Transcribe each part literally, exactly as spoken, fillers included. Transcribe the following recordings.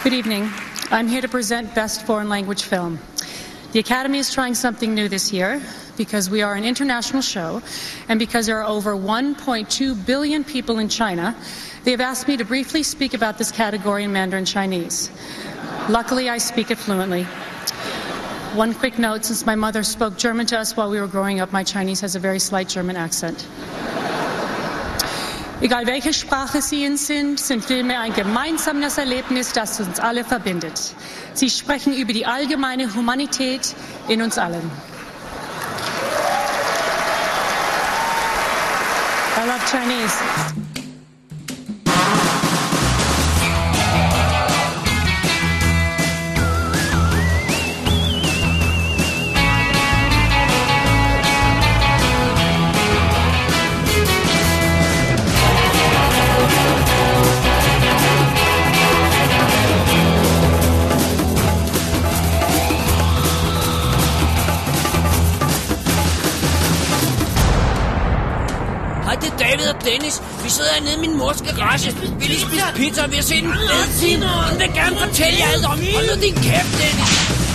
Good evening. I'm here to present Best Foreign Language Film. The Academy is trying something new this year because we are an international show and because there are over one point two billion people in China. They have asked me to briefly speak about this category in Mandarin Chinese. Luckily, I speak it fluently. One quick note, since my mother spoke German to us while we were growing up, my Chinese has a very slight German accent. Egal welche Sprache sie in sind, sind Filme ein gemeinsames Erlebnis, das uns alle verbindet. Sie sprechen über die allgemeine Humanität in uns allen. I love Chinese. David og Dennis, vi sidder hernede i min mors garage. Vi lige spise pizza, og vi har set en fed film. Hun vil gerne fortælle jer alt om. Hold nu din kæft, Dennis.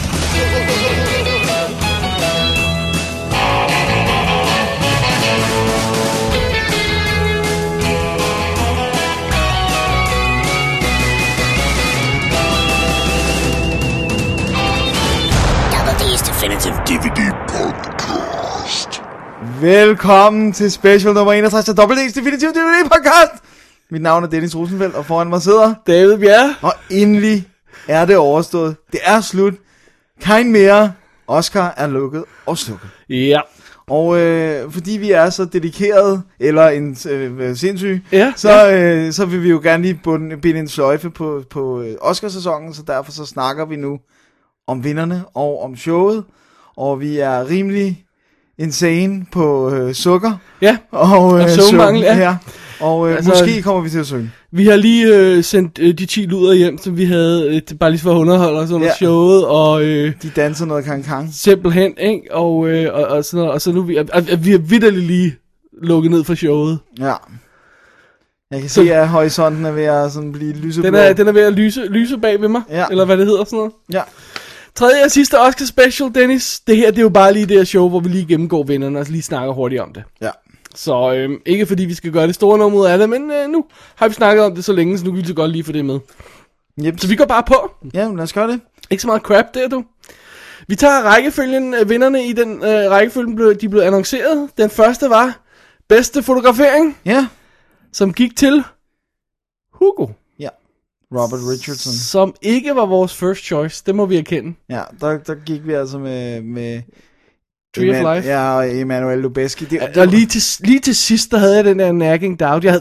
Double D's Definitive D V D Podcast. Velkommen til special nummer enogtres af Double D's Definitive D V D Podcast. Mit navn er Dennis Rosenfeldt, og foran mig sidder David Bjerre. Og endelig er det overstået. Det er slut. Kein mere. Oscar er lukket og slukket. Ja. Og øh, fordi vi er så dedikeret, eller en øh, sindssyg, ja, så, ja. Øh, så vil vi jo gerne lige binde, binde en sløjfe på, på øh, Oscarsæsonen, så derfor så snakker vi nu om vinderne og om showet. Og vi er rimelig insane på øh, sukker. Ja, og, øh, og søvnmangel, ja. ja. Og øh, altså, måske kommer vi til at synge. Vi har lige øh, sendt øh, de ti luder hjem, som vi havde, øh, bare lige for at underholde os under ja. showet. Og, øh, de danser noget kang-kang. Simpelthen, ikke? Og, øh, og, og sådan noget. Og så nu vi, er, vi er vitterligt lige lukket ned for showet. Ja. Jeg kan så, se, at horisonten er ved at sådan blive lyseblå. Den er, den er ved at lyse, lyse bag ved mig, ja. Eller hvad det hedder, sådan noget. Ja. Tredje og sidste Oscar special, Dennis. Det her, det er jo bare lige det her show, hvor vi lige gennemgår vinderne og lige snakker hurtigt om det. Ja. Så øh, ikke fordi vi skal gøre det store nummer ud af det, men øh, nu har vi snakket om det så længe, så nu kan vi så godt lige få det med. Yep. Så vi går bare på. Ja, lad os gøre det. Ikke så meget crap der, du. Vi tager rækkefølgen, øh, vinderne i den øh, rækkefølgen, blev, de blev annonceret. Den første var bedste fotografering. Ja. Som gik til Hugo. Ja. Robert Richardson. Som ikke var vores first choice, det må vi erkende. Ja, der, der gik vi altså med... med Tree Eman- of Life. Ja, og Emanuel Lubezki. Det, ja, og lige til, lige til sidst, der havde jeg den der nagging doubt. Jeg havde,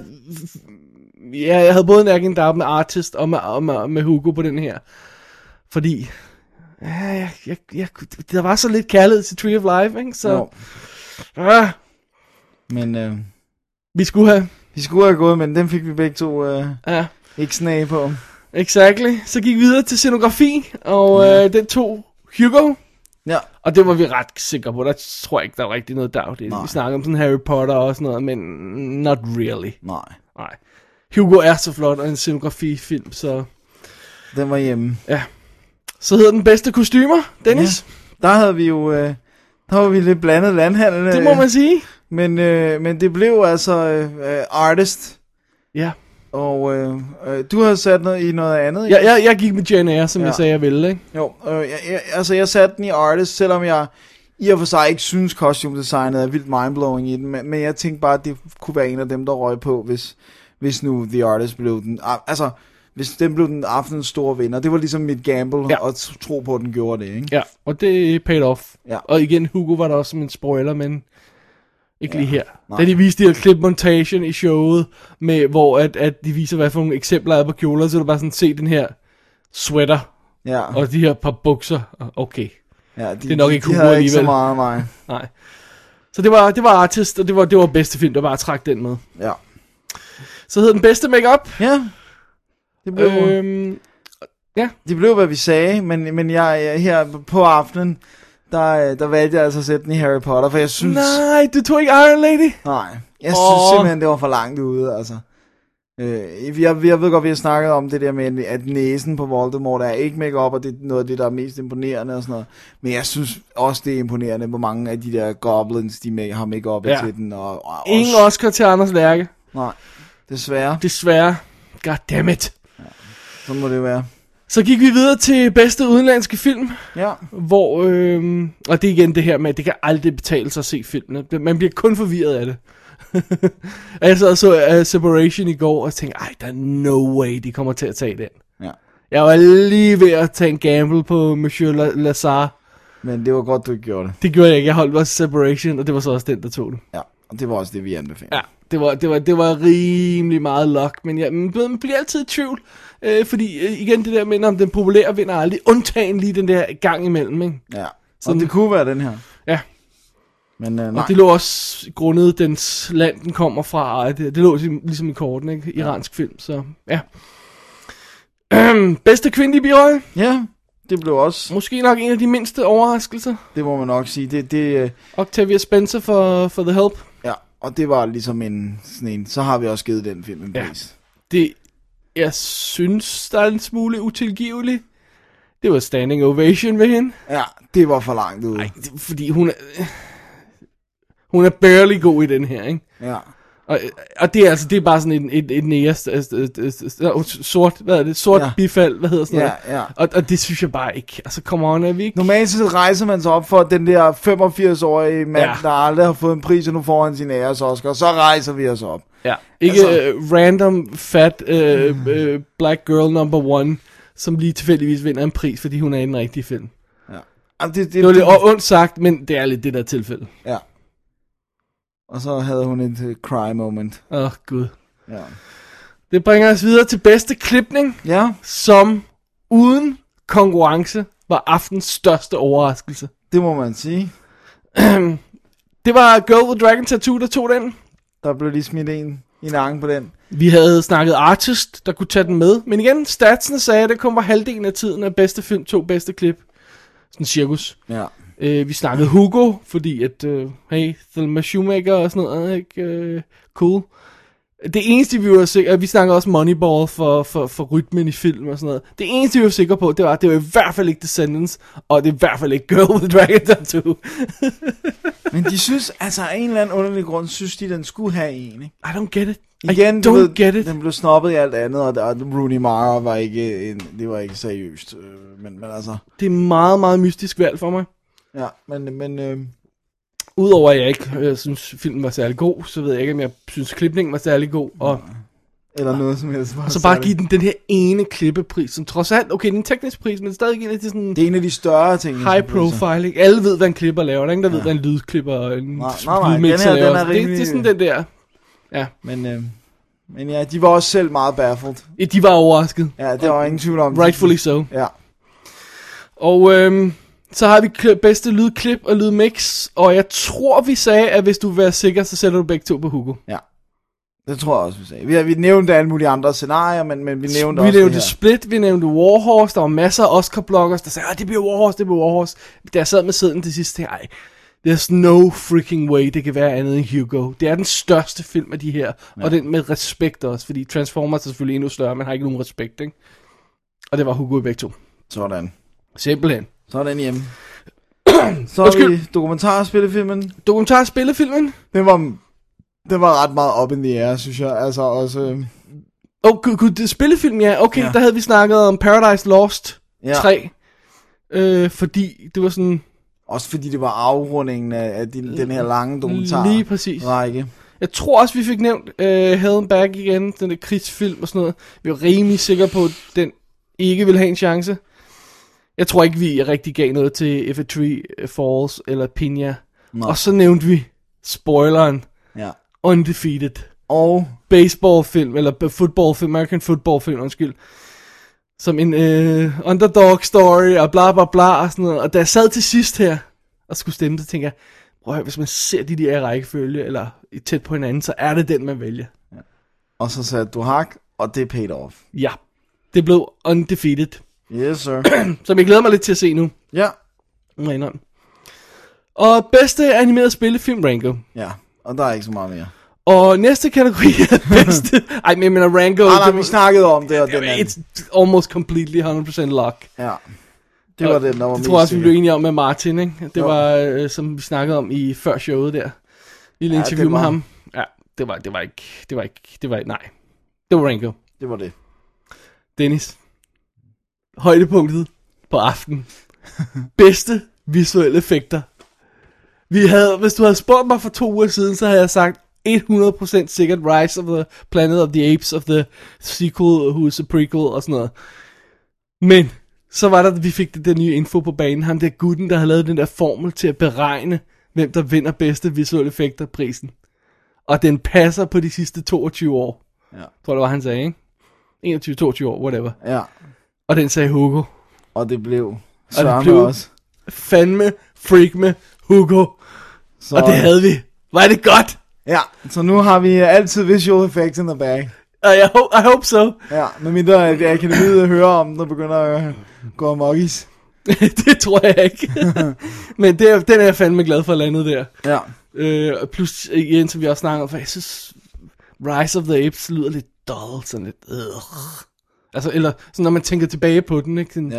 ja, jeg havde både en nagging doubt med Artist og med, og med, med Hugo på den her. Fordi, ja, jeg, jeg, jeg, der var så lidt kærlighed til Tree of Life, ikke? Så, ah, men øh, vi skulle have... Vi skulle have gået, men den fik vi begge to øh, ja. ikke snage på. Exactly. Så gik vi videre til scenografi, og ja. øh, den tog Hugo. Ja. Og det var vi ret sikre på. Der tror jeg ikke, der var rigtig noget doubt. Vi snakkede om sådan Harry Potter og sådan noget, men not really. Nej. Nej. Hugo er så flot, og en scenografifilm, så... Den var hjemme. Ja. Så hedder den bedste kostymer, Dennis. Ja. Der havde vi jo... Øh, der var vi lidt blandet landhandel. Det må man sige. Men, øh, men det blev altså øh, Artist. Ja. Og øh, øh, du har sat noget i noget andet, ikke? Ja, jeg, jeg gik med Jane Eyre, som ja. jeg sagde, jeg ville, ikke? Jo, øh, jeg, jeg, altså jeg satte den i Artist, selvom jeg i og for sig ikke synes, kostumedesignet er vildt mindblowing i den, men, men jeg tænkte bare, at det kunne være en af dem, der røg på, hvis, hvis nu The Artist blev den, altså, hvis den blev den aftenens store vinder. Det var ligesom mit gamble, ja. at tro på, at den gjorde det, ikke? Ja, og det paid off. Ja. Og igen, Hugo var der også som en spoiler, men... Ikke ja, lige her. Nej. Da de viste de her klipmontagen i showet, med, hvor at, at de viser, hvad for nogle eksempler er på kjoler, så du bare sådan se den her sweater, ja. og de her par bukser. Okay. Ja, de, det er nok de, ikke de Hugo havde alligevel. Ikke så meget, nej. nej. Så det var, det var Artist, og det var, det var bedste film, der bare trak den med. Ja. Så hed den bedste make-up. Ja. Det blev, øhm, ja. Det blev, hvad vi sagde, men, men jeg, jeg her på aftenen, Der, der valgte jeg altså at sætte den i Harry Potter, for jeg synes... Nej, du tog ikke Iron Lady? Nej, jeg oh. synes simpelthen, det var for langt ude, altså. Øh, jeg, jeg ved godt, vi har snakket om det der med, at næsen på Voldemort er ikke make-up, og det er noget af det, der er mest imponerende og sådan noget. Men jeg synes også, det er imponerende, hvor mange af de der goblins, de med, har make-up ja. til den. Og, og Ingen også... Oscar til Anders Lærke. Nej, desværre. Desværre. Goddammit. Ja, sådan må det være. Så gik vi videre til bedste udenlandske film. Ja. Hvor, øh, og det er igen det her med, at det kan aldrig betale sig at se filmene. Man bliver kun forvirret af det. Jeg sad og så uh, Separation i går og tænkte, ej, der er no way, de kommer til at tage den. Ja. Jeg var lige ved at tage en gamble på Monsieur Lazar. Men det var godt, du ikke gjorde det. Det gjorde jeg ikke. Jeg holdt også Separation, og det var så også den, der tog det. Ja, og det var også det, vi anbefalede. Ja, det var, det var, det var rimelig meget luck, men jeg man bliver altid i tvivl. Øh, fordi øh, igen, det der med, om den populære vinder aldrig, undtagen lige den der gang imellem, ikke? Ja, sådan, og det kunne være den her. Ja. Men, øh, nej. Og det lå også grundet dens land, den kommer fra. Det, det lå ligesom i korten, ikke? Iransk ja. film, så ja. Bedste kvindelige birolle? Ja, det blev også... Måske nok en af de mindste overraskelser. Det må man nok sige. Det, det, øh... Octavia Spencer for, for The Help. Ja, og det var ligesom en, sådan en... Så har vi også givet den film en pris. Ja. Det, jeg synes, der er en smule utilgivelig. Det var standing ovation ved hende. Ja, det var for langt ude. Nej, fordi hun er... Hun er barely god i den her, ikke? Ja. Og, og det er altså, det er bare sådan en, et, et nærest, sort, hvad er det, sort ja. bifald, hvad hedder sådan ja, noget. Ja. Og, og det synes jeg bare ikke, altså come on, er vi ikke? Normalt så rejser man sig op for den der femogfirs-årige mand, ja. der aldrig har fået en pris, og nu får han sin æres Oscar, så rejser vi os op. Ja, ikke altså, uh, random fat uh, uh, black girl number one, som lige tilfældigvis vinder en pris, fordi hun er i den rigtige film. Ja. Det, det, det var lidt ondt sagt, men det er lidt det der tilfælde. Ja. Og så havde hun et uh, cry moment. Åh, oh, gud. Ja. Det bringer os videre til bedste klipning, ja. som uden konkurrence var aftens største overraskelse. Det må man sige. Det var Girl with Dragon Tattoo, der tog den. Der blev lige smidt en i nakken på den. Vi havde snakket Artist, der kunne tage den med. Men igen, statsene sagde, at det kun var halvdelen af tiden af bedste film, to bedste klip. Sådan en cirkus. Ja. Uh, vi snakkede Hugo, fordi at, uh, hey, Thelma Schumacher og sådan noget, ikke? Uh, cool. Det eneste, vi var sikre, vi snakkede også Moneyball for, for, for rytmen i film og sådan noget. Det eneste, vi var sikre på, det var, at det var i hvert fald ikke Descendants, og det er i hvert fald ikke Girl with Dragon Tattoo. Men de synes, altså af en eller anden underlig grund, synes de, den skulle have en, ikke? I don't get it. Igen, I don't ved, get it. Den blev snobbet i alt andet, og, og Rooney Mara var ikke, en, det var ikke seriøst. Øh, men, men altså... Det er meget, meget mystisk valg for mig. Ja, men... men øh... Udover at jeg ikke øh, synes filmen var særlig god, så ved jeg ikke om jeg synes klipningen var særlig god. Og, eller noget som helst. Og så bare give den den her ene klippepris, som trods alt, okay, den teknisk pris, men stadig en af de sådan... Det er en af de større ting. High profile, ikke? Alle ved, hvad en klipper laver. Der er ingen, der ja. ved, hvad en lydklipper og en nej, nej, nej, den her, laver. Den er rimelig... det, det er sådan den der. Ja. Men, øh, men ja, de var også selv meget baffled. Ja, de var overrasket. Ja, det var ingen tvivl om. Rightfully so. Ja. Og øhm, så har vi bedste lydklip og lydmix, og jeg tror, vi sagde, at hvis du vil være sikker, så sætter du begge to på Hugo. Ja, det tror jeg også, vi sagde. Vi, vi nævnte alle mulige andre scenarier, men, men vi nævnte vi også nævnte det her. Split, vi nævnte Warhorse, der var masser af Oscar-bloggers, der sagde, at det bliver Warhorse, det bliver Warhorse. Da jeg sad med siden til sidst, tænkte jeg, there's no freaking way, det kan være andet end Hugo. Det er den største film af de her, ja. Og den med respekt også, fordi Transformers er selvfølgelig endnu større, men har ikke nogen respekt, ikke? Og det var Hugo i begge to. Sådan. Simpelthen. Sådan hjemme. Så er vi dokumentarspillefilmen. Dokumentarspillefilmen? Den var, den var ret meget up in the air, synes jeg. Altså også... Øh... Åh, oh, gud, gud, spillefilm, ja. Okay, ja. Der havde vi snakket om Paradise Lost ja. tre. Øh, fordi det var sådan... Også fordi det var afrundingen af, af den, den her lange dokumentar. Lige præcis. Række. Jeg tror også, vi fik nævnt uh, Helen Back igen, den der krigsfilm og sådan noget. Vi var rimelig sikre på, at den ikke ville have en chance. Jeg tror ikke, vi rigtig gav noget til If a Tree Falls eller Piña. No. Og så nævnte vi spoileren. Ja. Undefeated. Og baseballfilm, eller footballfilm, American footballfilm, undskyld. Som en uh, underdog story, og bla bla bla, og sådan noget. Og da jeg sad til sidst her, og skulle stemme, så tænkte jeg, prøv at høre, hvis man ser de der rækkefølge, eller tæt på hinanden, så er det den, man vælger. Ja. Og så sagde du hak, og det paid off. Ja, det blev undefeated. Yes, sir. Som jeg glæder mig lidt til at se nu. Ja. Og bedste animeret spillefilm, Rango. Ja, og der er ikke så meget mere. Og næste kategori er bedste... Ej, men jeg mener Rango... Nej, nej, vi snakkede om det, og den anden. It's almost completely one hundred percent luck. Ja, det var og den, der var det mest tror jeg også, vi sikker. blev enige om med Martin, ikke? Det Jo. var, øh, som vi snakkede om i før showet der. Lille Ja, interview det med var- ham. Ja, det var, det var ikke... Det var ikke... Det var, nej. Det var Rango. Det var det. Dennis. Højdepunktet på aftenen. Bedste visuelle effekter. Vi havde, hvis du havde spurgt mig for to uger siden, så havde jeg sagt hundrede procent sikkert Rise of the Planet of the Apes of the sequel, who's a prequel og sådan noget. Men så var der, vi fik det der nye info på banen. Ham der gutten, der havde lavet den der formel til at beregne, hvem der vinder bedste visuelle effekter prisen. Og den passer på de sidste toogtyve år. Ja. Tror det var, han sagde, ikke? enogtyve toogtyve år, whatever. Ja, Og den sagde Hugo. og det blev Og Søren det blev også. fandme freak med Hugo. Så, Og det havde vi. Var det godt? Ja, så nu har vi altid visual effects in the bag. Og jeg ho- I hope so. Ja, med mindre at jeg kan vide at høre om, når begynder at gå amokis. Det tror jeg ikke. Men det er, den er jeg fandme glad for landet der. Ja, Øh, og plus igen, som vi også snakkede om, for jeg synes, Rise of the Apes lyder lidt dull, sådan lidt, øh. Altså, eller sådan, når man tænker tilbage på den, ikke? Sådan, ja.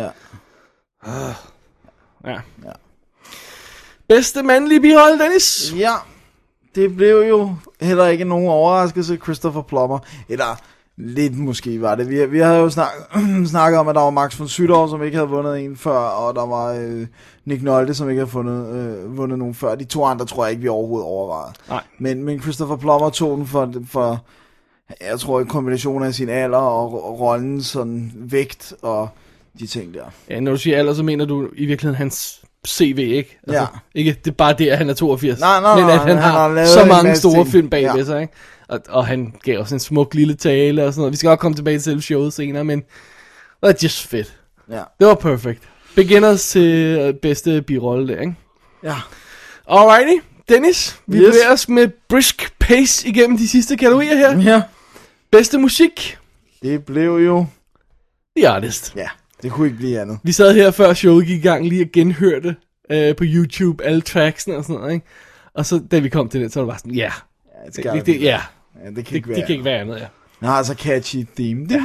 ja. ja. Bedste mandlige bihold, Dennis? Ja, det blev jo heller ikke nogen overraskelse, Christopher Plummer. Eller lidt måske var det. Vi, vi havde jo snak, snakket om, at der var Max von Sydow, som ikke havde vundet en før, og der var øh, Nick Nolte, som ikke havde fundet, øh, vundet nogen før. De to andre tror jeg ikke, vi overhovedet overvejede. Nej. Men, men Christopher Plummer tog den for, for jeg tror, en kombination af sin alder og, og rollen, sådan vægt og de ting der. Ja, når du siger alder, så mener du i virkeligheden hans C V, ikke? Altså, Ja. Ikke, det er bare det, at han er toogfirs. Nej, nej, men at nej, han, han har, har lavet så en mange masse store ting. film bagved Ja. sig, ikke? Og, og han gav også en smuk lille tale og sådan noget. Vi skal også komme tilbage til selve showet senere, men det var just fedt. Ja. Det var perfect. Beginners til øh, bedste birolle der, ikke? Ja. Alrighty, Dennis, vi Yes. bevæger os med brisk pace igennem de sidste kategorier her. Ja. Bedste musik, Det blev jo, The Artist. ja, det kunne ikke blive andet. Vi sad her før showet gik i gang lige og genhørte øh, på YouTube alle tracksene og sådan noget, ikke? Og så da vi kom til det, så var det bare sådan, ja, Ja, det, skal det, det, ja, ja, det kan det, ikke være. det kan ikke være andet, ja. Den har så catchy theme. Ja.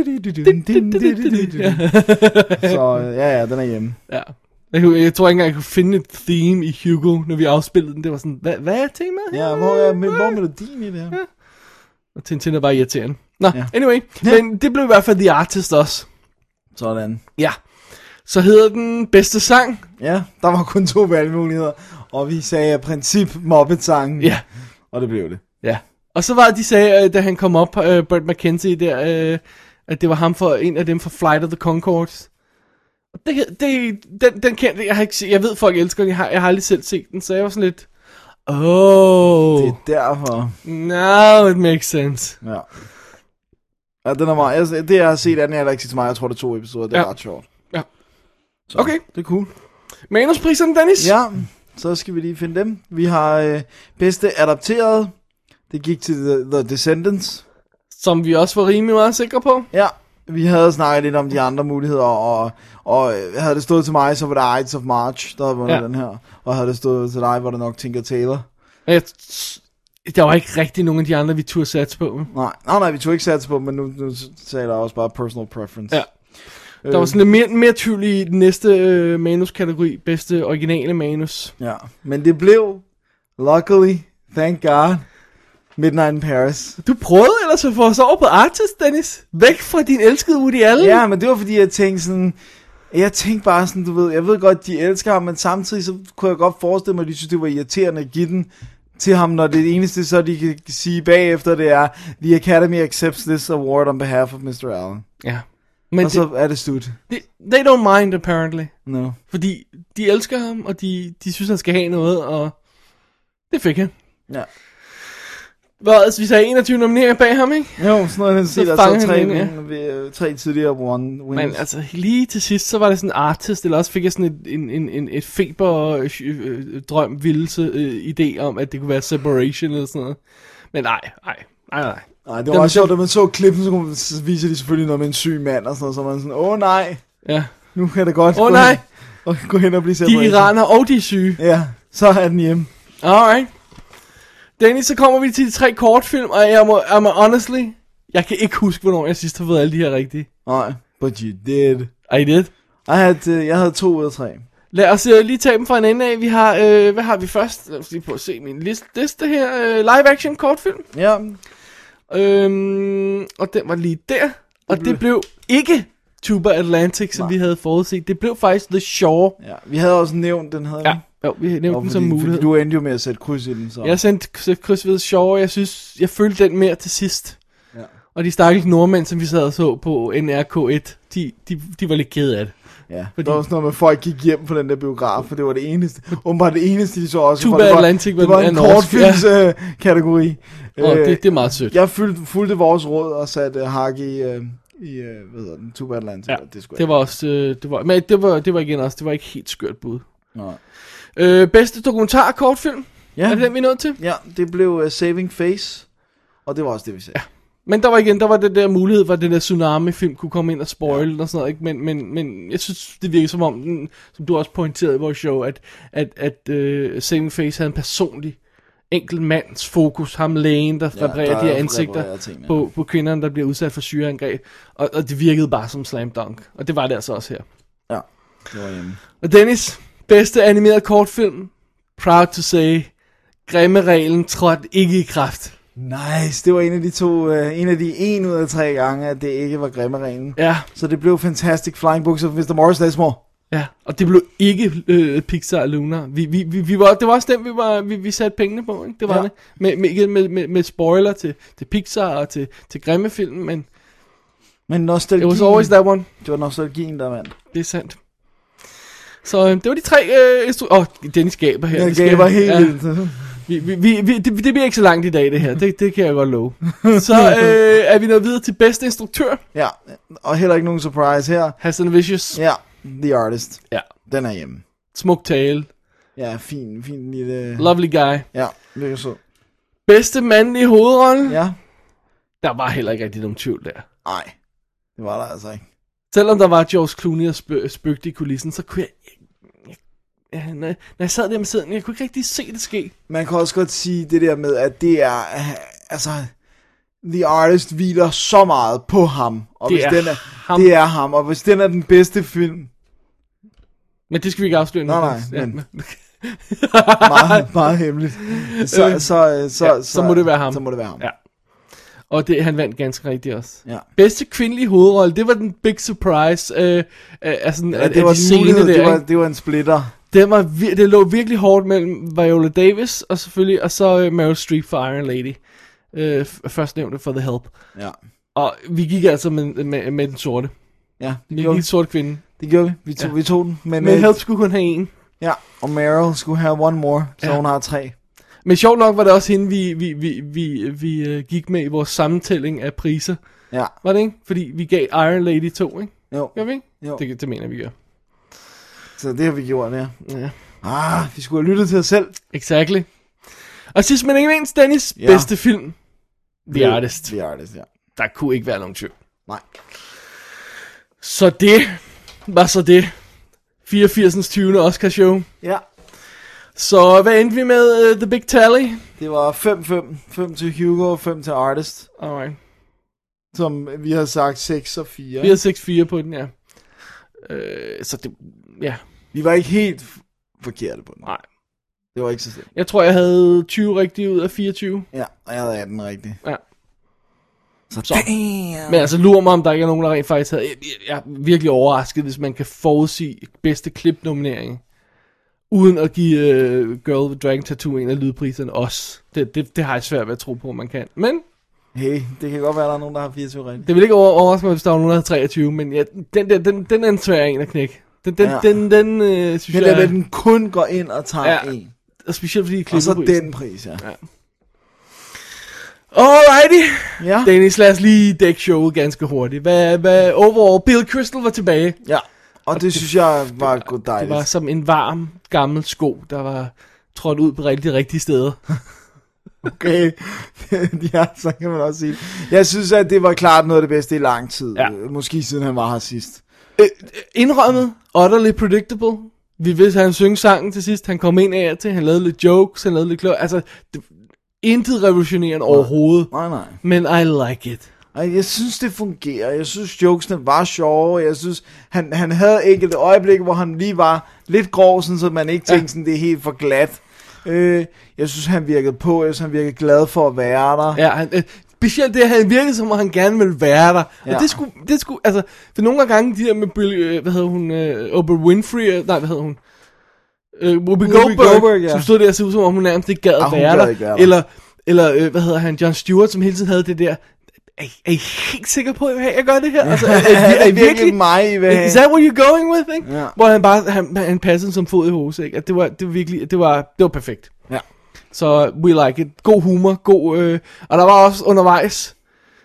Så øh, ja, ja, den er hjemme. ja. Jeg, kunne- jeg tror ikke engang, jeg kunne finde et theme i Hugo, når vi afspillede den. Det var sådan, hvad, hvad er temaet her? Ja, hvor er, hvor er melodien i det her? Og Tintin er bare irriterende. Nå, Ja. anyway. Ja. Men det blev i hvert fald The Artist også. Sådan. Ja. Så hedder den bedste sang. Ja, der var kun to valgmuligheder, og vi sagde af princip Muppet-sangen, Ja. og det blev det. Ja. Og så var det, de sagde, øh, da han kom op, uh, Brett McKenzie der, uh, at det var ham for en af dem for Flight of the Conchords. Og det, det, den, den kendte jeg har ikke set. Jeg ved, folk elsker den. Jeg har, jeg har aldrig selv set den, så jeg var sådan lidt, oh, Det er derfor. now it makes sense. Ja. Ja, den er meget, altså, det jeg har set, er den heller ikke til mig. Jeg tror, det er to episoder. Det er Ja. ret sjovt. Ja. Så, Okay. det er cool. Manuspriserne, Dennis? Ja, så skal vi lige finde dem. Vi har øh, bedste adapteret. Det gik til The, The Descendants. Som vi også var rimelig meget sikre på. Ja, vi havde snakket lidt om de andre muligheder, og, og øh, havde det stået til mig, så var det Ides of March, der havde vundet Ja. den her. Og havde det stået til dig, var det nok Tinker Tailor. Jeg, der var ikke rigtig nogen af de andre, vi turde satse på. Nej, nej, nej, vi tog ikke sats på, men nu, nu sagde jeg også bare personal preference. Ja. Der var sådan lidt mere, mere tvivl i den næste øh, manuskategori. Bedste originale manus. Ja, men det blev, luckily, thank God, Midnight in Paris. Du prøvede ellers at få os over på Artist, Dennis. Væk fra din elskede Woody Allen. Ja, men det var fordi, jeg tænkte sådan, jeg tænkte bare sådan, du ved, jeg ved godt, de elsker ham, men samtidig så kunne jeg godt forestille mig, at de synes, det var irriterende at give den til ham, når det eneste, så de kan sige bagefter, det er, The Academy accepts this award on behalf of mister Allen. Ja. Men Og så er det slut. det, they don't mind, apparently. No. Fordi de elsker ham, og de, de synes, han skal have noget, og det fik han. Ja. Hvad, altså, vi sagde enogtyve nomineringer bag ham, ikke? Jo, sådan noget, han siger, der fanger så han tre, den, ja. tre tidligere one wins. Men altså, lige til sidst, så var det sådan en Artist, eller også fik jeg sådan et, en, en, en, et feber, øh, øh, drøm, vildelse, øh, idé om, at det kunne være Separation, eller sådan noget. Men nej, nej, nej, nej. Nej, det var Den- meget sjovt, da man så klippen, så, kunne, så viser de selvfølgelig noget med en syg mand, og sådan noget, så man sådan, åh nej, Ja. nu kan det godt Åh, gå, nej. hen, og gå hen og blive De separation. iraner og de er syge. Ja, så er den hjemme. Alright. Dennis, så kommer vi til de tre kortfilm, og jeg må, jeg må honestly, jeg kan ikke huske, hvornår jeg sidst har fået alle de her rigtige. Nej, but you did. I did. I had, uh, jeg havde to ud af tre. Lad os uh, lige tage dem fra en ende af. Vi har, øh, hvad har vi først? Lad os lige prøve at se min liste, liste her. Uh, live action kortfilm. Ja. Øhm, og den var lige der. Og det, det blev ikke Tuba Atlantic, som Nej. vi havde forudset. Det blev faktisk The Shore. Ja, vi havde også nævnt den, havde ja. Jo, vi nævnte den som mulighed. Fordi du endte jo med at sætte kryds i den, så. Jeg sendte kryds ved Shore, jeg synes, jeg følte den mere til sidst. Ja. Og de stakkels nordmænd, som vi sad og så på N R K et, de, de, de var lidt kede af det. Ja, fordi... der var også noget med, at folk gik hjem på den der biograf, for det var det eneste. Åbenbart det eneste, de så også. Tuba Atlantic var, det var en kortfilms-kategori. Ja. Uh, det, det er meget sødt. Jeg fulgte, fulgte vores råd og satte uh, Hak i, uh, i uh, hvad hedder den, Tuba Atlantic. Ja, det, det var også, uh, det var, men det var, det var igen også, det var ikke helt skørt bud. Nej. Uh, bedste dokumentar-kortfilm, ja. Er det den, vi er nødt til? Ja, det blev uh, Saving Face, og det var også det, vi sagde. Ja. Men der var igen, der var den der mulighed, hvor den der tsunami-film kunne komme ind og spoil ja. Og sådan noget, ikke? Men, men, men jeg synes, det virker som om, den, som du også pointerede i vores show, at, at, at uh, Saving Face havde en personlig, enkelt mands fokus, ham lægen, der ja, reparerer de her ansigter ting, ja. på, på kvinderne, der bliver udsat for syreangreb, og, og det virkede bare som slam dunk, og det var det altså også her. Ja, det var hjemme. Og Dennis, bedste animeret kortfilm, proud to say, Grimme-reglen trådte ikke i kraft. Nice, det var en af de to, uh, en af de en ud af tre gange, at det ikke var Grimme-reglen. Ja. Så det blev Fantastic Flying Books of mister Morris Lesmore. Ja, og det blev ikke øh, Pixar Luna. Vi, vi, vi, vi var, det var også den, vi, var, vi, vi satte pengene på, ikke? Det var ja. det. Med, med, med, med, med spoiler til, til Pixar og til, til Grimme-film, men... Men nostalgien... It was always that one. Det var nostalgien, der vandt. Det er sandt. Så øh, det var de tre... Åh, øh, instru- oh, Dennis gaber her. Jeg gaber helt ja. vildt. Vi, vi, vi, vi, det, det bliver ikke så langt i dag, det her. Det, det kan jeg godt love. Så øh, er vi nået videre til bedste instruktør. Ja, og heller ikke nogen surprise her. Hassan Vicious. Ja, The Artist. Ja. Den er hjemme. Smuk tale. Ja, fin, fin lille... Lovely guy. Ja, virkelig så. Bedste mandlige hovedrolle. Ja. Der var heller ikke rigtig nogen tvivl der. Nej, det var der altså ikke. Selvom der var George Clooney og spø- spøgte i kulissen, så kunne jeg... jeg, jeg når, når jeg sad der med siden, jeg kunne ikke rigtig se det ske. Man kan også godt sige det der med, at det er... Altså... The Artist hviler så meget på ham. Og det, hvis er den er, ham. det er ham. Og hvis den er den bedste film... Men det skal vi ikke afsløre nu. Nej, nej, ja. men... meget, meget hemmeligt. Så, øh, så, så, så, ja, så, så må det være ham. Så må det være ham. Ja. Og det, han vandt ganske rigtigt også. Ja. Bedste kvindelige hovedrolle, det var den big surprise. Øh, øh, altså, ja, det, var de mulighed, der, det, var, det var en splitter. Det, var, det lå virkelig hårdt mellem Viola Davis, og selvfølgelig, og så uh, Meryl Streep for Iron Lady. Øh, først nævnte for The Help. Ja. Og vi gik altså med, med, med den sorte. Ja, det vi gik den sorte kvinde. Det gjorde vi. Vi tog, ja. vi tog den. Men, men Help skulle kun have en. Ja, og Meryl skulle have one more, så ja. hun har tre. Men sjovt nok var det også hende, vi, vi, vi, vi, vi uh, gik med i vores sammentælling af priser. Ja. Var det ikke? Fordi vi gav Iron Lady to, ikke? Jo. Gør vi ikke? Jo. Det, det mener vi gør. Så det har vi gjort, ja. Ja. Ah, vi skulle have lyttet til os selv. Exactly. Og sidst men ikke mindst, Dennis, ja. bedste film. The, The Artist. The Artist, ja. Der kunne ikke være nogen tvivl. Nej. Så det var så det. fireogfirsens tyvende Oscar show. Ja. Så hvad endte vi med uh, The Big Tally? Det var fem fem. fem til Hugo og fem til Artist. Alright. Som vi har sagt seks og fire. Vi har seks fire på den, ja. Uh, så det, ja. Vi var ikke helt forkerte på den. Nej. Det var ikke så slemt. Jeg tror, jeg havde tyve rigtige ud af fireogtyve. Ja, og jeg havde atten rigtige. Ja. Så, så. Men altså, lurer mig, om der ikke er nogen, der rent faktisk havde... Jeg, jeg er virkelig overrasket, hvis man kan forudsige bedste klipnominering, uden at give uh, Girl with Dragon Tattoo en af lydpriserne også. Det, det, det har jeg svært ved at tro på, at man kan. Men... Hey, det kan godt være, der er nogen, der har fireogtyve rigtigt. Det vil ikke over- overraske mig, hvis der var nogen, der har treogtyve, men ja, den, der, den, den er en svær en at knække. Den, den, ja. den, den øh, synes men jeg... Men den kun går ind og tager ja, en. Og specielt fordi de og så den pris, ja. ja. Alrighty. Ja. Dennis, lad os lige dække showet ganske hurtigt. Hvad, hvad overall, Bill Crystal var tilbage. Ja, og, og det, det synes jeg var det, godt dejligt. Det var som en varm, gammel sko, der var trådt ud på rigtig rigtige steder. Okay, ja, så kan man også sige. Jeg synes, at det var klart noget af det bedste i lang tid. Ja. Måske siden han var her sidst. Øh, indrømmet, utterly predictable. Vi vidste, at han synge sangen til sidst. Han kom ind af til, han lavede lidt jokes, han lavede lidt klør. Altså, det, intet revolutionerende nej. overhovedet. Nej, nej. Men I like it. Ej, jeg synes, det fungerer. Jeg synes, jokesene var sjove. Jeg synes, han, han havde enkelte øjeblikke, hvor han lige var lidt grov, sådan, så man ikke tænkte, ja. sådan, det er helt for glat. Øh, jeg synes, han virkede på. Jeg synes, han virkede glad for at være der. Ja, han, øh, specielt det, han virkede som om han gerne ville være der. Ja. Og det skulle, det skulle, altså, for nogle gange de der med, øh, hvad hedder hun, øh, Oprah Winfrey, øh, nej, hvad hedder hun? Øh, Whoopi Goldberg, Goldberg ja. som stod der og så ud, som om hun nærmest ikke gad at være der. der. Eller, eller øh, hvad hedder han, Jon Stewart, som hele tiden havde det der, er, er I helt sikker på, at jeg gør det her? Altså, er, er, er I virkelig mig, I vil have? Is that what you're going with, ikke? Ja. Hvor han bare, han, han passede som fod i hose, ikke? At det var, det var virkelig, det var, det var perfekt. Ja. Så we like it. God humor, god, øh, og der var også undervejs,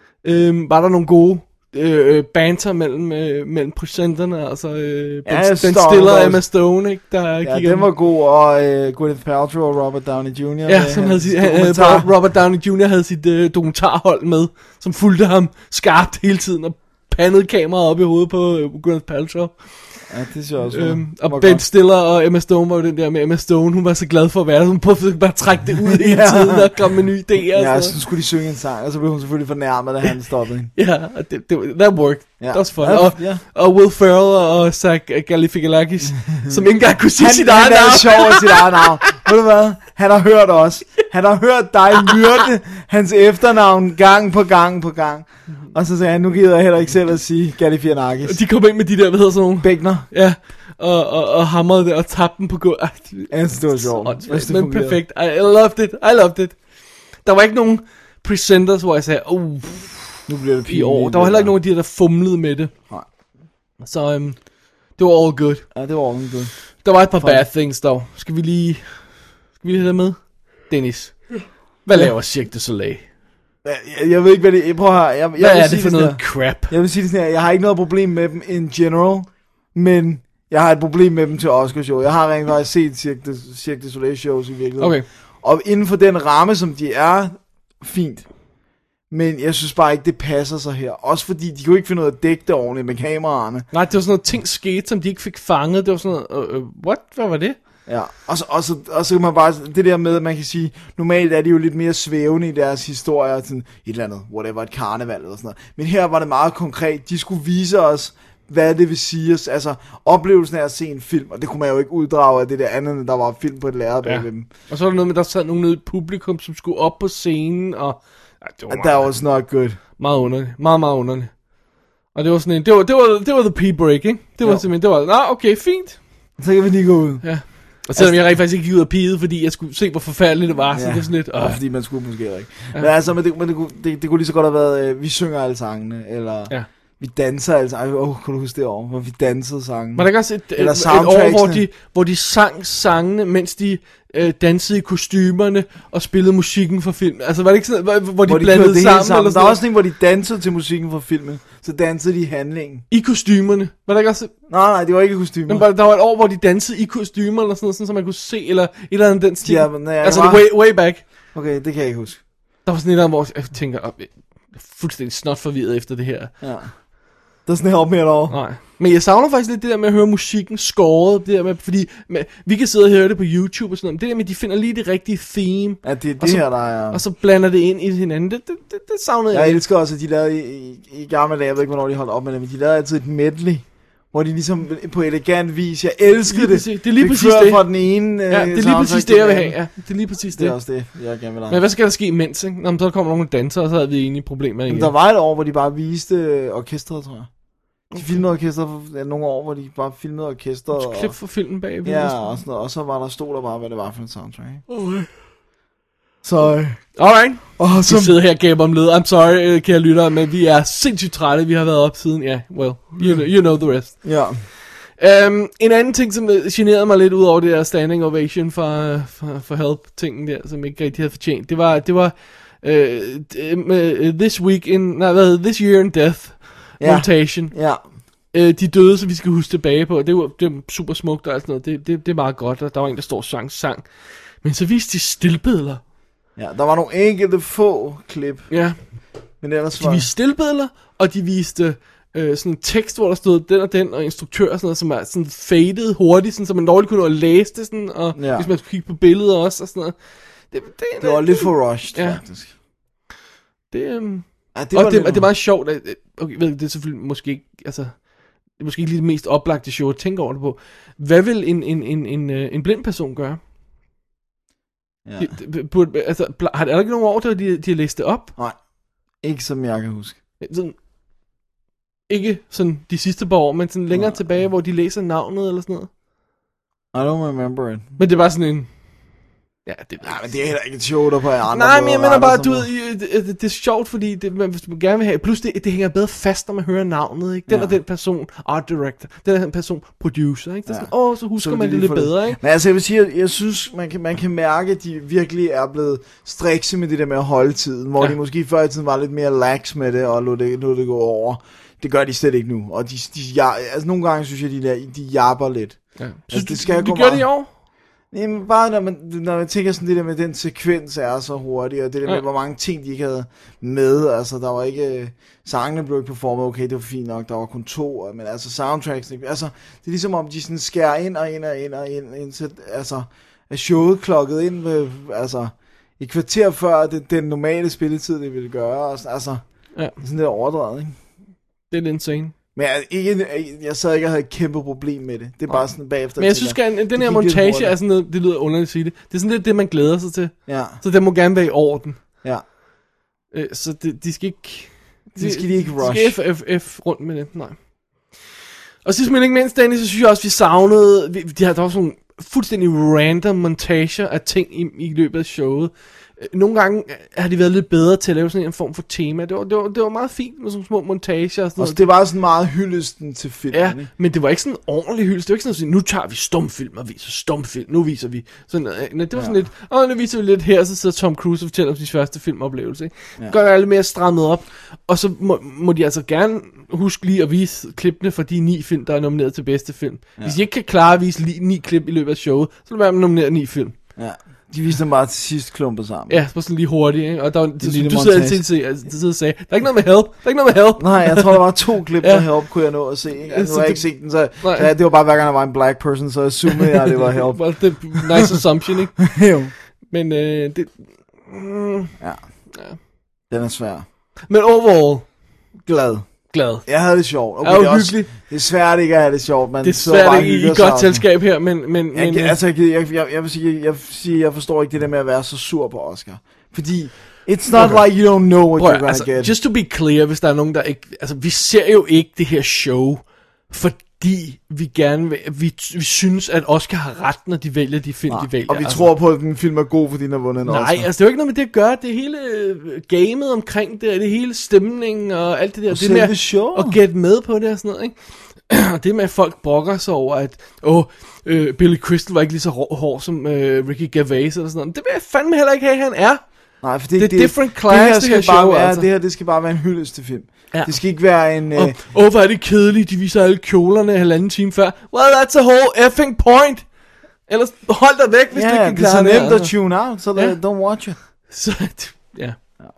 øh, var der nogle gode øh, banter mellem, øh, mellem procenterne, altså øh, ja, Ben, Ben Stiller og Emma Stone, ikke? Der ja, den var god, og øh, Gwyneth Paltrow og Robert Downey junior Ja, som havde sit, han, Robert Downey junior havde sit øh, dokumentarhold med, som fulgte ham skarpt hele tiden, og pandede kameraet op i hovedet på øh, Gwyneth Paltrow. Ja, det synes jeg også. Øhm, og Ben godt. Stiller og Emma Stone var jo den der med Emma Stone, hun var så glad for at være der, hun prøvede bare at trække det ud hele tiden og komme med nye idéer. Ja, så skulle de synge en sang, og så blev hun selvfølgelig fornærmet, da han stoppede hende. Ja, og det, det, that worked. Ja. Det var fun. Ja, og, ja. og Will Ferrell og Zach Galifianakis, som ikke engang kunne sige han, sit eget navn. Han er sjov af sit eget navn. Ved du hvad? Han har hørt os. Han har hørt dig myrde hans efternavn gang på gang på gang. Og så sagde han, nu gider jeg heller ikke selv at sige Galifianakis. De kom ind med de der, hvad hedder sådan nogle? Bækner. Ja. Og, og, og hamrede det og tabte dem på gulvet. Jeg synes, det var sjovt. Men perfekt. I, I loved it. I loved it. Der var ikke nogen presenters, hvor jeg sagde, oh, nu bliver det i år. Der var heller ikke nogen af de der fumlede med det. Nej. Så um, det var all good. Ja, det var all good. Der var et par bad things dog. Skal vi lige, skal vi lige have det med? Dennis, hvad laver Cirque du Soleil? Jeg, jeg ved ikke, hvad det er. Prøv her. Jeg, jeg hvad er det for noget crap? Jeg vil sige det sådan her. Jeg har ikke noget problem med dem in general, men jeg har et problem med dem til Oscar-show. Jeg har rent faktisk set Cirque du, Cirque du Soleil-shows i virkeligheden. Okay. Og inden for den ramme, som de er, fint. Men jeg synes bare ikke, det passer sig her. Også fordi, de kunne ikke finde ud af at dække det ordentligt med kameraerne. Nej, det var sådan noget ting skete, som de ikke fik fanget. Det var sådan noget, uh, uh, what? Hvad var det? Ja, og så, og, så, og så kan man bare, det der med, at man kan sige, normalt er de jo lidt mere svævende i deres historier, sådan et eller andet, whatever, et karneval eller sådan noget. Men her var det meget konkret, de skulle vise os, hvad det vil sige, altså oplevelsen af at se en film, og det kunne man jo ikke uddrage af det der andet, der var film på et lærred bag ved dem. Og så var der noget med, der sad nogen nede i publikum, som skulle op på scenen, og ja, det var meget, that was not good. Meget underligt, meget, meget underligt. Og det var sådan en, det var, det var, det var the pee-break, ikke? Det var jo. simpelthen, det var, nå, okay, fint. Så kan vi lige gå ud. Ja. Og selvom altså, jeg rent faktisk ikke gik ud af pide, fordi jeg skulle se, hvor forfærdeligt det var, ja, så det er sådan lidt... Øh. Fordi man skulle måske ikke. Ja. Men altså, men det, men det, det, det, det kunne lige så godt have været, øh, vi synger alle sangene, eller ja. vi danser alle sangene. Åh, oh, kunne du huske det år, hvor vi dansede sangene? Var der ikke også et, et, et år, hvor de, hvor de sang sangene, mens de øh, dansede i kostymerne og spillede musikken for filmen? Altså, var det ikke sådan, hvor, hvor de, de blandede sammen? sammen. Eller der er også en, hvor de dansede til musikken for filmen, så dansede de i handlingen. I kostymerne? Var der ikke også... Nej, nej, det var ikke kostymer. Men der var et år, hvor de dansede i kostymer, eller sådan noget, sådan, så man kunne se, eller et eller andet den stil. Ja, men, ja, altså, var... way, way back. Okay, det kan jeg ikke huske. Der var sådan et eller andet, hvor jeg tænker, oh, jeg er fuldstændig snot forvirret efter det her. Ja. Der er sådan her op mere over. Nej. Men jeg savner faktisk lidt det der med at høre musikken skåret, det der med, fordi med, vi kan sidde og høre det på YouTube og sådan noget, men det der med, at de finder lige det rigtige theme. Ja, det er det så, her, der er... Og så blander det ind i hinanden, det, det, det, det savnede jeg. Jeg elsker også, at de lavede i, i, i gamle dage, jeg ved ikke, hvornår de holdt op med det, men de lavede altid et medley, hvor de ligesom på elegant vis, jeg elskede det. Det er lige præcis det. Fra den ene, ja, det er lige præcis det, jeg vil have. Ja, det er lige præcis det. Det er også det, jeg gerne vil have. Men hvad skal der ske imens, ikke? Når så kommer nogle danser, og så havde vi egentlig problemer igen. Men der var et år, hvor de bare viste orkestret, tror jeg. De filmede orkester for ja, nogle år, hvor de bare filmede orkester. Og klip for filmen bagved. Ja, og, sådan noget, og så var der stod der bare, hvad det var for en soundtrack. Okay. Så, alright. Og så... Vi sidder her og gaber om led. I'm sorry, kære lyttere, men vi er sindssygt trætte. Vi har været op siden, ja, yeah, well, you know, you know the rest. Ja. Um, en anden ting, som generede mig lidt ud over det der standing ovation for, for, for help-tingen der, som ikke rigtig havde fortjent, det var, det var uh, this week in, nej, hvad, this year in death. Ja. Montation. Ja. Øh, de døde, så vi skal huske tilbage på. Det var, det var super smukt og sådan noget. Det, det, det er meget godt, og der var en, der står og sang sang. Men så viste de stillbilleder. Ja, der var nogle enkelte få klip. Ja. Men ellers var... De viste stillbilleder, og de viste øh, sådan en tekst, hvor der stod den og den, og instruktør og sådan noget, som er sådan faded hurtigt, sådan, så man dårligt kunne nå at læse det, sådan, og ja. Hvis man skulle kigge på billeder også, og sådan noget. det, det, det var lidt for rushed, ja. faktisk. Det, um... ja, det og var det, lidt... det er meget sjovt. At, okay, ved, det er selvfølgelig måske ikke, altså, det er måske ikke lige det mest oplagte show at tænke over det på. Hvad vil en, en, en, en, en blind person gøre? Ja. De, de, burde, altså, har der ikke nogen år, der de, de har læst det op? Nej, ikke som jeg kan huske. Sådan, ikke sådan de sidste par år, men sådan længere Nej. tilbage, hvor de læser navnet eller sådan noget. I don't remember it. Men det var sådan en... Ja, det, ja, men det er heller ikke et show, der på andre. Nej, men jeg mener bare, du ved, det, det, det er sjovt, fordi det, man, hvis man gerne vil have... Plus, det, det hænger bedre fast, når man hører navnet, ikke? Den ja. og den person, art director. Den og den person, producer, ikke? Det er sådan, åh, ja. så husker så man det lidt bedre, det. Ikke? Men altså, jeg vil sige, jeg, jeg synes, man kan, man kan mærke, at de virkelig er blevet strikse med det der med at holde tiden. Hvor ja. de måske før i tiden var lidt mere lax med det, og lod det, lod det gå over. Det gør de slet ikke nu. Og de, de ja, altså, nogle gange synes jeg, de der, de japper lidt. Ja. Altså, det skal du, du gør det i år? Jamen bare når man, når man tænker sådan det der med den sekvens er så hurtigt, og det der med ja. hvor mange ting de ikke havde med, altså der var ikke, sangene blev ikke performet, okay det var fint nok, der var kun to, men altså soundtracks, altså det er ligesom om de sådan skærer ind og ind og ind og ind, ind til, altså er showet klokket ind med, altså i kvarter før det, den normale spilletid det ville gøre, og sådan, altså ja. sådan lidt overdrevet, ikke? Det er lidt insane. Men jeg, ikke, jeg sad ikke og havde et kæmpe problem med det. Det er bare sådan bagefter. Men jeg synes, at den her montage er sådan noget, det lyder underligt at sige det. Det er sådan lidt det, man glæder sig til. Ja. Så det må gerne være i orden. Ja. Øh, så det, de skal ikke... De, de skal de ikke rush. De skal F F F rundt med det, nej. Og sidst men ikke mindst, Danny, så synes jeg også, vi savnede... Vi, de har der var sådan nogle fuldstændig random montager af ting i, i løbet af showet. Nogle gange har de været lidt bedre til at lave sådan en form for tema. Det var, det var, det var meget fint med sådan små montager og sådan noget. Og det var sådan meget hyldesten til filmen. Ja, men det var ikke sådan en ordentlig hyldest. Det var ikke sådan at sige, nu tager vi stumfilm og viser stumfilm. Nu viser vi sådan noget. Det var sådan ja. lidt, åh, nu viser vi lidt her, så sidder Tom Cruise og fortæller om sin første filmoplevelse. Ikke? Ja. Gør det lidt mere strammet op. Og så må, må de altså gerne huske lige at vise klippene for de ni film, der er nomineret til bedste film. Ja. Hvis de ikke kan klare at vise lige ni klip i løbet af showet, så vil man nominere ni film. Ja. De viste dem bare til sidst klumpet sammen. Ja, så sådan lige hurtigt, ikke? Og der var, du, du sidder altid til at sige, der er ikke noget med help, der er ikke noget med help. Nej, jeg tror, der var to klip ja. med help, kunne jeg nå at se. Ikke? Ja, nu har jeg ikke set den, så ja, det var bare hver gang, der var en black person, så assumede jeg, at det var help. Well, det er nice assumption, ikke? Jo. Men øh, det... Mm, ja. ja, den er svær. Men overall... Glad. Glad. Jeg havde det sjovt. Okay, er det, er også, det er svært ikke at have det sjovt, men det er svært ikke i, i godt selskab her, men... men, jeg, men altså, jeg, jeg, jeg, jeg vil sige, jeg, jeg, sige, jeg forstår ikke det der med at være så sur på Oscar. Fordi, it's not okay. like you don't know what Prøv, you're gonna altså, get. Just to be clear, hvis der er nogen, der ikke... Altså, vi ser jo ikke det her show, fordi vi gerne vil... Vi, vi synes, at Oscar har ret, når de vælger de film, Nej, de vælger. og vi altså. tror på, at den film er god, fordi den har vundet en Nej, Oscar. Nej, altså det er jo ikke noget med det at gøre. Det er hele gamet omkring det, det hele stemningen og alt det der. Og det med at, show. at get med på det og sådan noget, ikke? Og det med, at folk brokker sig over, at åh, øh, Billy Crystal var ikke lige så hår, hår som øh, Ricky Gervais eller sådan noget. Det vil jeg fandme heller ikke have, han er. Nej, for det, det er det, different class, det her, det her show, være, altså. Det her, det skal bare være en hyldest til film. Ja. Det skal ikke være en... Åh, øh... oh, hvor er det kedeligt, de viser alle kjolerne halvanden time før. Well, that's a whole effing point. Ellers hold dig væk, hvis yeah, du ikke kan klare det. Ja, det er så nemt altså. at tune out, så so yeah. don't watch it. Så, ja.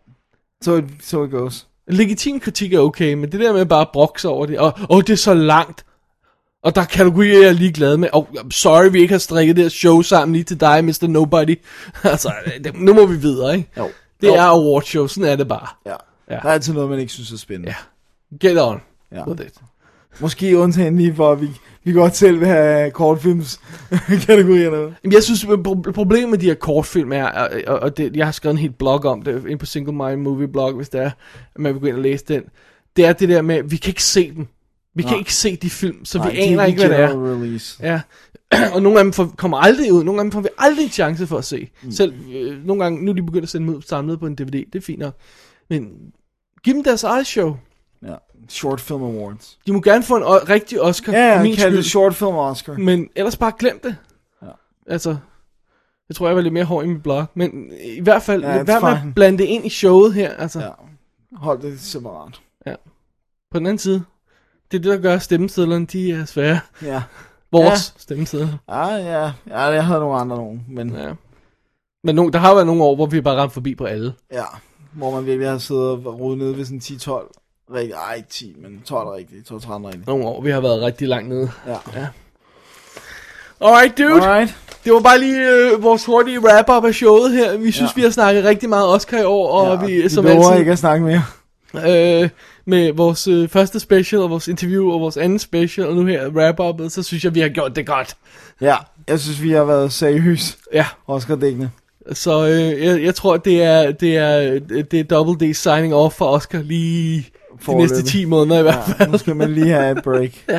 So it, so it goes. Legitim kritik er okay, men det der med bare at brokke sig over det, og oh, det er så langt, og der er kategorier, jeg er ligeglad med, og oh, sorry, vi ikke har strikket det her show sammen lige til dig, mister Nobody. Altså, det, nu må vi videre, ikke? Jo. Det jo. er awardshow, sådan er det bare. Ja. Ja. Der er altid noget, man ikke synes er spændende. Ja. Get on. Ja. With it. Måske undtagen lige for, at vi, vi godt selv vil have kortfilms kategorierne. Jeg synes, problemet med de her kortfilm er, og, og det, jeg har skrevet en helt blog om det, ind på Single Mind Movie Blog, hvis det er, at man vil gå ind og læse den. Det er det der med, vi kan ikke se dem. Vi kan Nej. ikke se de film, så Nej, vi aner ikke, hvad det er. Release. Ja. Og nogle af dem får, kommer aldrig ud. Nogle af dem får vi aldrig en chance for at se. Mm. Selv øh, nogle gange, nu er de begyndt at sende dem ud samlet på en D V D. Det er fint nok. Men giv dem deres eget show. Ja. Short Film Awards. De må gerne få en o- rigtig Oscar. Ja, ja, kan det Short Film Oscar. Men ellers bare glem det. Ja. Altså, jeg tror, jeg var lidt mere hård i min blog. Men i hvert fald, ja, hvad med at blande det ind i showet her? Altså. Ja. Hold det separat. Ja. På den anden side, det er det, der gør stemmesedlerne, de er svære. Ja. Vores ja. stemmesedler. Ja, ja. Ja, jeg havde nogle andre nogen, men... Ja. Men no, der har været nogle år, hvor vi bare ramte forbi på alle. Ja, hvor man virkelig har siddet og rodet nede ved sådan ti tolv. Rigtig, ej, ikke ti, men tolv rigtigt. tolv tretten rigtigt. Nogle år, vi har været rigtig langt nede. Ja. ja. Alright, dude. Alright. Det var bare lige øh, vores hurtige wrap-up af showet her. Vi synes, ja. vi har snakket rigtig meget Oscar i år, og ja, vi som lover altid ikke at snakke mere. øh, med vores øh, første special og vores interview og vores anden special, og nu her wrap-up'et, så synes jeg, vi har gjort det godt. Ja, jeg synes, vi har været seriøse. Ja. Oscar-dækkende. Så øh, jeg, jeg tror, det er, det er, det er Double D signing off for Oscar lige de næste ti måneder i hvert fald. Ja, nu skal man lige have et break. Ja.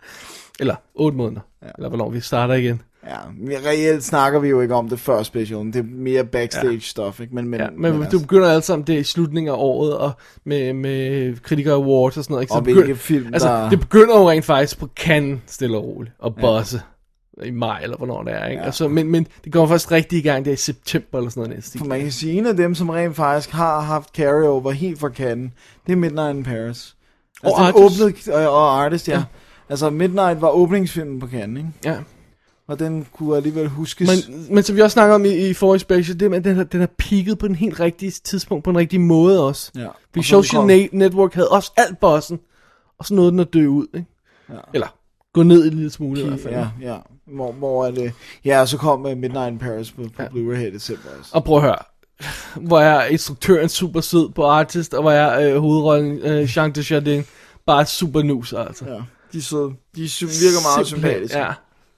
Eller otte måneder. Ja. Eller hvornår vi starter igen. Ja, reelt snakker vi jo ikke om det før specialen. Det er mere backstage ja. stuff, ikke? Men, men, ja, men, men altså. du begynder alt sammen det i slutningen af året, og med, med Critiker Awards og sådan noget. Ikke? Så og begynder, hvilke film, altså, der... det begynder jo rent faktisk på Cannes, stille og roligt, og bosse. Ja. I maj, eller hvornår det er, ikke? Ja. Altså, men, men det kommer først rigtig i gang, det er i september, eller sådan noget. For man kan sige, en af dem, som rent faktisk har haft carryover helt fra Cannes, det er Midnight in Paris. Altså, og Artist. Åbnede, og, og Artist, ja. ja. Altså, Midnight var åbningsfilmen på Cannes, ikke? Ja. Og den kunne alligevel huskes. Men, men som vi også snakker om i, i forrige special, det er, at den, har, den har peaked på den helt rigtige tidspunkt, på den rigtige måde også. Ja. Fordi Social kom... Network havde også alt bossen, og så nåede den at dø ud, ikke? Ja. Eller gå ned en lille smule i hvert fald. Ja, ja. Hvor, hvor er det... Ja, og så kom Midnight in Paris på, på ja. Blu-ray her i december også. Og prøv at høre. Hvor er instruktøren super sød på Artist, og hvor er øh, hovedrollen øh, Jean Dujardin bare super nus, altså. Ja, de er søde. De virker meget sympatiske. Ja.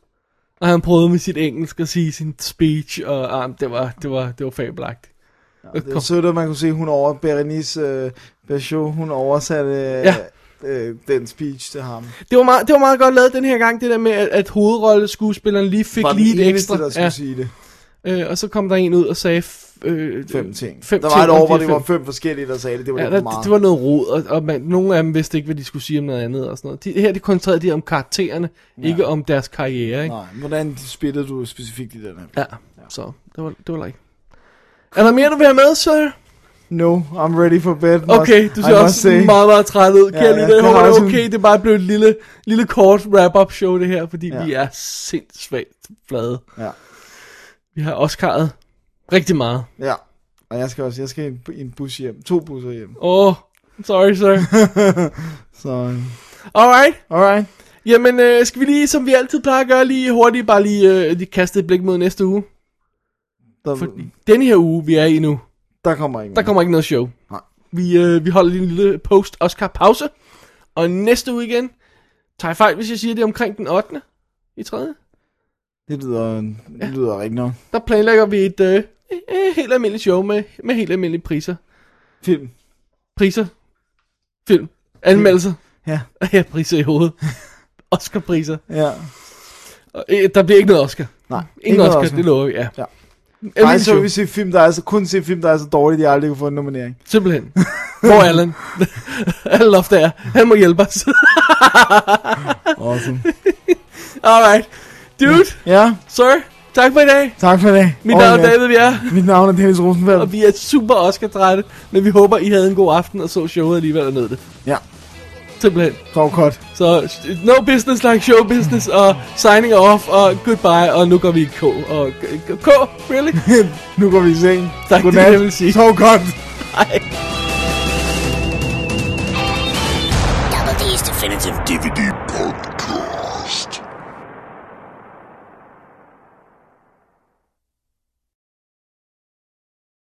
Og han prøvede med sit engelsk at sige sin speech, og ah, det var det var det var fabelagtigt. Ja, det er sødt, at man kunne se, hun over Berenice øh, Bejo, hun oversatte øh, ja. øh, den speech til ham. Det var meget det var meget godt lavet den her gang, det der med at, at hovedrolleskuespilleren lige fik lige et ekstra. Der skulle ja. sige det. Øh, og så kom der en ud og sagde øh, fem ting. Fem der var ting et år, hvor de det fem. var fem forskellige, der sagde det. Det var, ja, der, det, det var noget rod, og, og man, nogle af dem vidste ikke, hvad de skulle sige om noget andet og sådan noget. De, her de koncentrerede de om karaktererne, ja. ikke om deres karriere. Ikke? Nej, hvordan spillede du specifikt i den her? Ja, ja. så det var, det var like. Er der mere, du vil have med, sir? No, I'm ready for bed. Okay, du ser også say. meget, meget træt ud. Kan ja, jeg lige det? Jeg håber, det er okay. Det er bare blevet et lille, lille kort wrap-up show, det her, fordi ja. vi er sindssygt flade. Ja. Vi har Oscar'et rigtig meget. Ja, og jeg skal også, jeg skal i en bus hjem. To busser hjem. Åh, oh, sorry, sir. Så... Alright. Alright. Jamen, øh, skal vi lige, som vi altid plejer at gøre, lige hurtigt, bare lige, øh, lige kaste et blik mod næste uge? Der... For denne her uge, vi er i nu, der kommer ikke Der kommer ikke noget show. Nej. Vi, øh, vi holder lige en lille post-Oscar-pause. Og næste uge igen, tager jeg fejl, hvis jeg siger, det er omkring den ottende i tredje. Det lyder, det ja. lyder rigtig nok. Der planlægger vi et øh, øh, helt almindeligt show med, med helt almindelige priser. Film. Priser. Film. Anmeldelser. Ja. Ja, priser i hovedet. Oscar-priser. Ja. Og, øh, der bliver ikke noget Oscar. Nej. Ingen Oscar, Oscar, det lover vi, ja. Ja. Nej, så vi se film, der er så, kun se film, der er så dårlige, de aldrig kan få en nominering. Simpelthen. Hvor er Allan? Allan Loftager. Han må hjælpe os. Awesome. Alright. Dude. Ja. Sir. Tak for i dag. Tak for i dag. Mit navn er David Bjerre. Mit navn er Dennis Rosenfeldt. Og vi er super Oscar-trætte, men vi håber, I havde en god aften og så showet alligevel og nød det. Ja. Simpelthen. Så godt. Så no business like show business, og signing off, og goodbye, og nu går vi i K. Og K, really? Nu går vi i seng. Tak, godnat. Det jeg vil sige. Så godt. Hej. Double D's Definitive D V D Podcast.